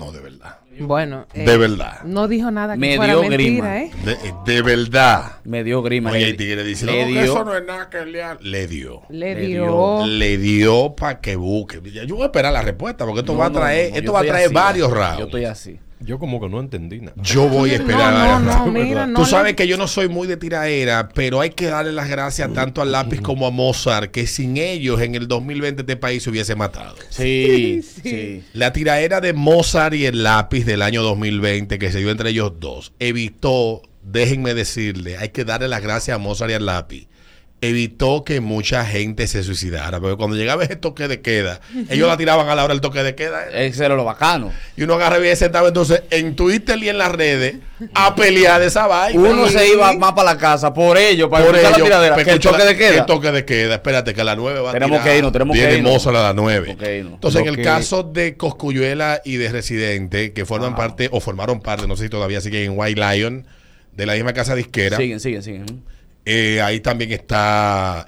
No, de verdad. Bueno, de verdad. No dijo nada que me fuera dio mentira, grima. De verdad. Me dio grima. Oye, el tigre dice, le dio. eso no es nada que le dio. Le dio para que busque. Yo voy a esperar la respuesta porque esto va a traer, esto va a traer así, varios rounds. Yo estoy así. Yo como que no entendí nada. Yo voy a esperar. Mira, Tú sabes que yo no soy muy de tiraera, pero hay que darle las gracias tanto al lápiz como a Mozart, que sin ellos en el 2020 este país se hubiese matado. Sí. La tiraera de Mozart y el lápiz del año 2020 que se dio entre ellos dos evitó, déjenme decirle, hay que darle las gracias a Mozart y al lápiz. Evitó que mucha gente se suicidara, porque cuando llegaba ese toque de queda, ellos la tiraban a la hora del toque de queda. Ese era lo bacano. Y uno agarra y sentado entonces en Twitter y en las redes a pelear de esa vaina. Uno se iba más para la casa por ello, para escuchar la tiradera. Que el toque de queda. El toque de queda. Espérate, que a las 9 va a tenemos tirar. que irnos, tenemos que Viene irnos. Mozart a las 9. Entonces, en el que... caso de Cosculluela y de Residente, que forman parte, o formaron parte, no sé si todavía siguen en White Lion, de la misma casa disquera. Siguen. Ahí también estaba,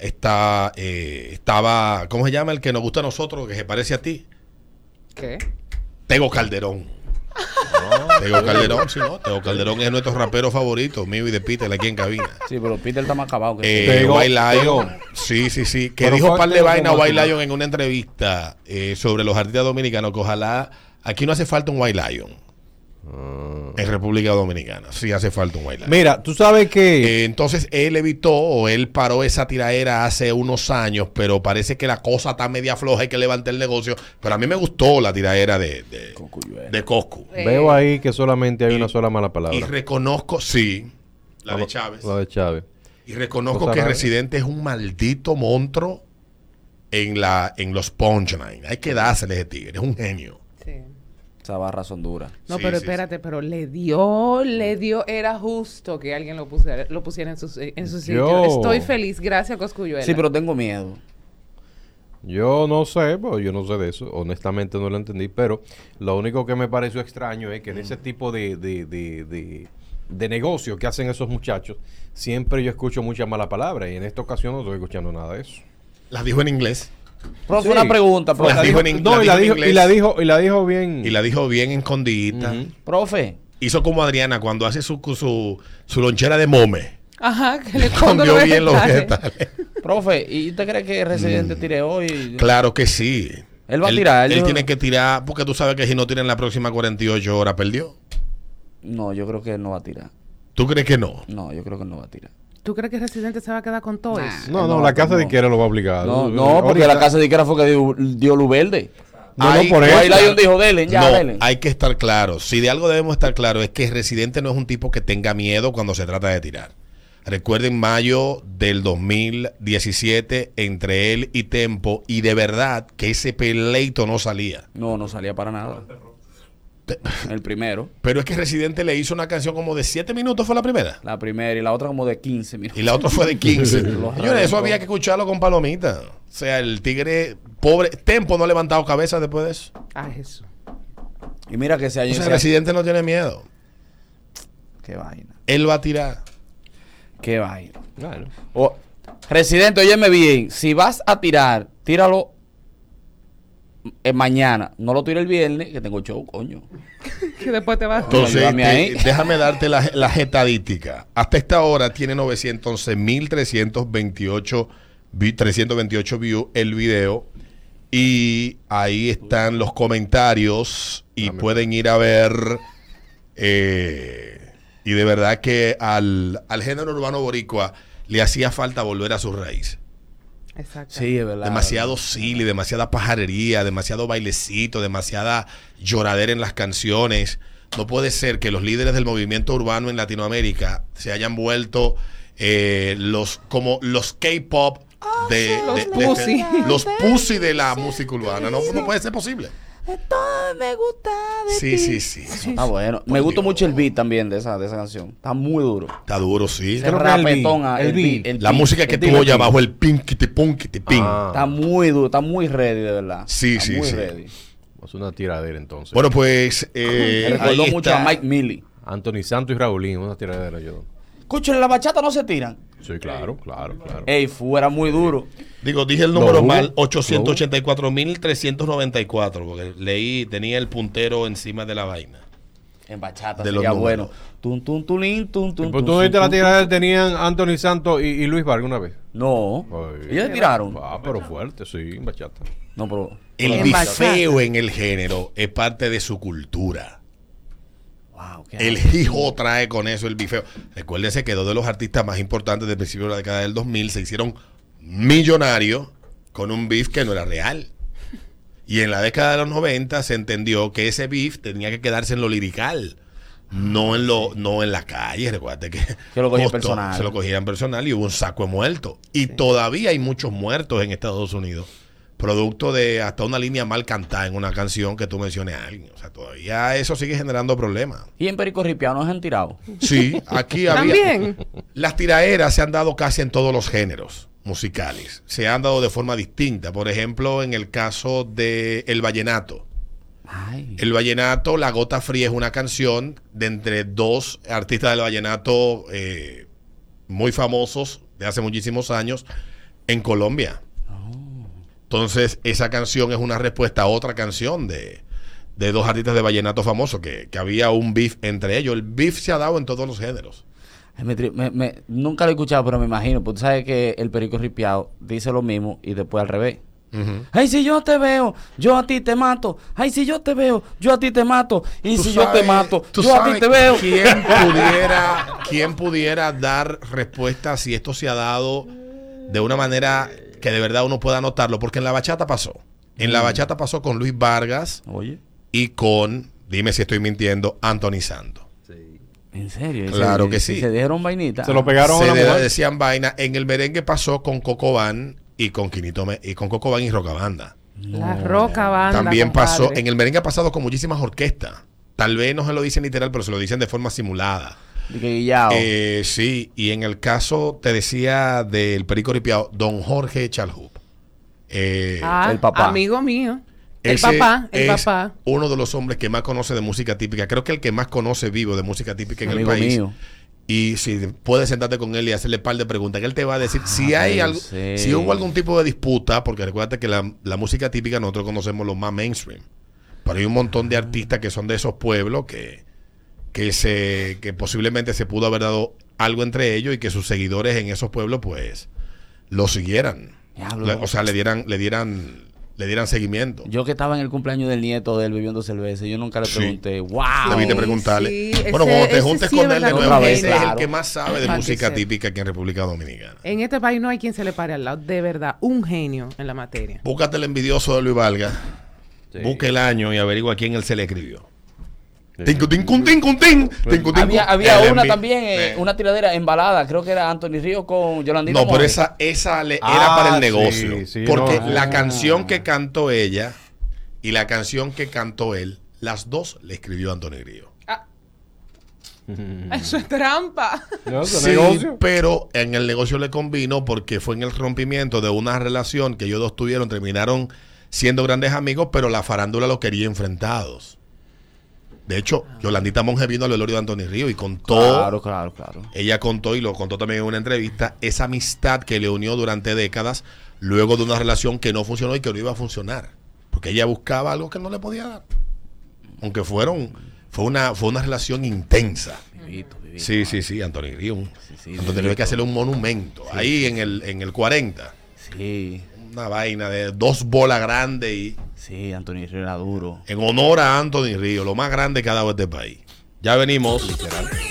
¿cómo se llama el que nos gusta a nosotros, que se parece a ti? ¿Qué? Tego Calderón. Tego Calderón, sí, ¿no? Tego Calderón es nuestro rapero favorito, mío y de Peter aquí en cabina. Sí, pero Peter está más acabado que White Lion. Sí. Que Pero dijo un par de vainas White como Lion en una entrevista sobre los artistas dominicanos, que ojalá, aquí no hace falta un White Lion. En República Dominicana sí hace falta un White Lion. Mira, tú sabes que entonces él evitó o él paró esa tiraera hace unos años, pero parece que la cosa está media floja, hay que levantar el negocio. Pero a mí me gustó la tiraera de Coscu. veo ahí que solamente hay una sola mala palabra. Y reconozco, sí, la de Chávez. La de Chávez. Y reconozco Cosa que rara. Residente es un maldito monstruo en los punchlines. Hay que dársele ese tigre, es un genio. Sí. Esa barra son duras. No, Sí, pero sí, espérate, pero le dio, era justo que alguien lo pusiera en su sitio. Estoy feliz, gracias Cosculluela. Sí, pero tengo miedo. Yo no sé, pues yo no sé de eso. Honestamente no lo entendí, pero lo único que me pareció extraño es que en ese tipo de negocio que hacen esos muchachos, siempre yo escucho muchas malas palabras y en esta ocasión no estoy escuchando nada de eso. Las dijo en inglés. Profe, Sí. una pregunta, profe. Las dijo en No, y la dijo bien. Y la dijo bien escondidita. Profe, Hizo como Adriana cuando hace su lonchera de mome. Ajá, que le escondo Escondió los bien los vegetales. vegetales. profe, ¿y usted cree que Residente tire hoy? Claro que sí. Él va a tirar. Él tiene que tirar, porque tú sabes que si no tira en la próxima 48 horas, perdió. No, yo creo que él no va a tirar. ¿Tú crees que no? No, yo creo que él no va a tirar. ¿Tú crees que Residente se va a quedar con todo eso? No, la casa de Quiera lo va a obligar. No, porque la casa de Iquera fue que dio luz verde. No, Hay- por eso. White Lion dijo, dele, ya, No, dele. hay que estar claro. Si de algo debemos estar claros es que Residente no es un tipo que tenga miedo cuando se trata de tirar. Recuerden mayo del 2017 entre él y Tempo, y de verdad que ese peleito no salía. No salía para nada. El primero. Pero es que Residente le hizo una canción como de 7 minutos, fue la primera. La primera y la otra como de 15 minutos. Y la otra fue de 15. Señores, eso había que escucharlo con palomita. O sea, el tigre, pobre, Tempo no ha levantado cabeza después de eso. Ah, eso. Y mira que ese año... O sea, Residente no tiene miedo. Qué vaina. Él va a tirar. Qué vaina. Claro. Residente, óyeme bien. Si vas a tirar, tíralo mañana. No lo tires el viernes, que tengo show, coño. Que después te vas. Entonces, Ayúdame ahí. déjame darte la estadística. Hasta esta hora tiene 911.328 views el video. Y ahí están los comentarios. Y pueden ir a ver. Y de verdad que al género urbano boricua le hacía falta volver a su raíz. Exacto. Sí, es verdad. Demasiado silly, demasiada pajarería, demasiado bailecito, demasiada lloradera en las canciones. No puede ser que los líderes del movimiento urbano en Latinoamérica se hayan vuelto los K-pop los pussy de la música urbana. No puede ser posible. Todo me gusta de Sí. Eso está bueno. Me gustó mucho el beat también de esa canción. Está muy duro. Está duro, sí. Ese Creo que rapetón, el beat. La música que tú oyes abajo, el pinkity punkity ping. Está muy duro, está muy ready, de verdad. Sí, Está sí, muy sí. ready. Es una tiradera entonces. Bueno, pues Me recordó ahí mucho está. a Mike Millie. Anthony Santos y Raulín, una tiradera yo. Escúchale, la bachata no se tiran. Sí, claro. Ey, fuera muy duro. Digo, dije el número hubo, mal, 884.394, porque leí, tenía el puntero encima de la vaina. En bachata De sería los bueno. Tun, tun, tulín, tun, tun, Pues tun, tú no viste tun, la tun, tiradera tenían Anthony Santos y Luis Vargas una vez. No. Ay. Ellos se tiraron. Pero fuerte, sí, en bachata. No, pero. El En bifeo en el género es parte de su cultura. Wow, qué El hijo trae con eso el bifeo. Recuérdense que dos de los artistas más importantes del principio de la década del 2000 se hicieron millonarios con un beef que no era real. Y en la década de los 90 se entendió que ese beef tenía que quedarse en lo lirical, no en la calle. Recuérdate que lo cogían justo personal. se lo cogían personal y hubo un saco de muertos. Y todavía hay muchos muertos en Estados Unidos, producto de hasta una línea mal cantada en una canción que tú menciones a alguien. O sea, todavía eso sigue generando problemas. Y en Perico Ripiao no se han tirado. Sí, aquí había... También. Las tiraderas se han dado casi en todos los géneros musicales. Se han dado de forma distinta. Por ejemplo, en el caso de el vallenato. Ay. El vallenato, La Gota Fría, es una canción de entre dos artistas del vallenato muy famosos de hace muchísimos años en Colombia. Entonces, esa canción es una respuesta a otra canción de dos artistas de vallenato famosos, que había un beef entre ellos. El beef se ha dado en todos los géneros. Ay, nunca lo he escuchado, pero me imagino. Porque tú sabes que el Perico Ripiao dice lo mismo y después al revés. Ujú. Ay, si yo te veo, yo a ti te mato. Ay, si yo te veo, yo a ti te mato. Y Tú si yo sabes- te mato, tú yo a sabes ti te veo. ¿Quién pudiera dar respuesta si esto se ha dado de una manera que de verdad uno pueda notarlo? Porque en la bachata pasó. En la bachata pasó con Luis Vargas Oye, y con, dime si estoy mintiendo, Anthony Santos. en serio. Claro que sí. Se dieron vainitas. Se lo pegaron a Se la mujer. decían vaina. En el merengue pasó con Coco Van y con Coco Van y Rocabanda. La roca banda. También compadre. pasó, en el merengue ha pasado con muchísimas orquestas. Tal vez no se lo dicen literal, pero se lo dicen de forma simulada. De que guillao. Sí, y en el caso, te decía, del Perico Ripiao, don Jorge Chalhub. Ah, el papá. Amigo mío. El ese papá. es uno de los hombres que más conoce de música típica. Creo que el que más conoce vivo de música típica en Amigo el país. mío. Y si puedes sentarte con él y hacerle un par de preguntas, que él te va a decir si hay pero algo, sí. si hubo algún tipo de disputa, porque recuérdate que la música típica nosotros conocemos los más mainstream. Pero hay un montón de artistas que son de esos pueblos que posiblemente se pudo haber dado algo entre ellos y que sus seguidores en esos pueblos pues lo siguieran. Diablo. O sea, le dieran seguimiento. Yo que estaba en el cumpleaños del nieto de él bebiendo cerveza, yo nunca le Sí. pregunté, wow. Debiste preguntarle. sí, Bueno, ese- cuando te ese juntes sí con es él de verdad. nuevo, Otra vez, ese es el claro. que más sabe de Para que música sepa. típica aquí en República Dominicana. En este país no hay quien se le pare al lado. De verdad, un genio en la materia. Búscate el envidioso de Luis Vargas. Sí. Busca el año y averigua quién él se le escribió. Sí. Tincu, tincun, tincun, tin. Tincu, tincun. Había El una envi- también, una tiradera en balada, creo que era Anthony Río con Yolandita No, pero More. esa era Ah, para el sí, negocio. sí, porque no. la canción que cantó ella y la canción que cantó él, las dos le escribió Anthony Río. Eso es trampa. No, ese Sí, negocio. pero en el negocio le convino porque fue en el rompimiento de una relación que ellos dos tuvieron, terminaron siendo grandes amigos, pero la farándula los quería enfrentados. De hecho, Yolandita Monge vino al velorio de Anthony Río y contó, Claro. ella contó y lo contó también en una entrevista, esa amistad que le unió durante décadas luego de una relación que no funcionó y que no iba a funcionar. Porque ella buscaba algo que no le podía dar. Aunque fue una relación intensa. Vivito. Sí, Anthony Río. Sí, Anthony Río hay que hacerle un monumento. Ahí en el 40. Sí, Una vaina de 2 bolas grandes y sí, Anthony Río era duro. en honor a Anthony Río, lo más grande que ha dado este país. Ya venimos.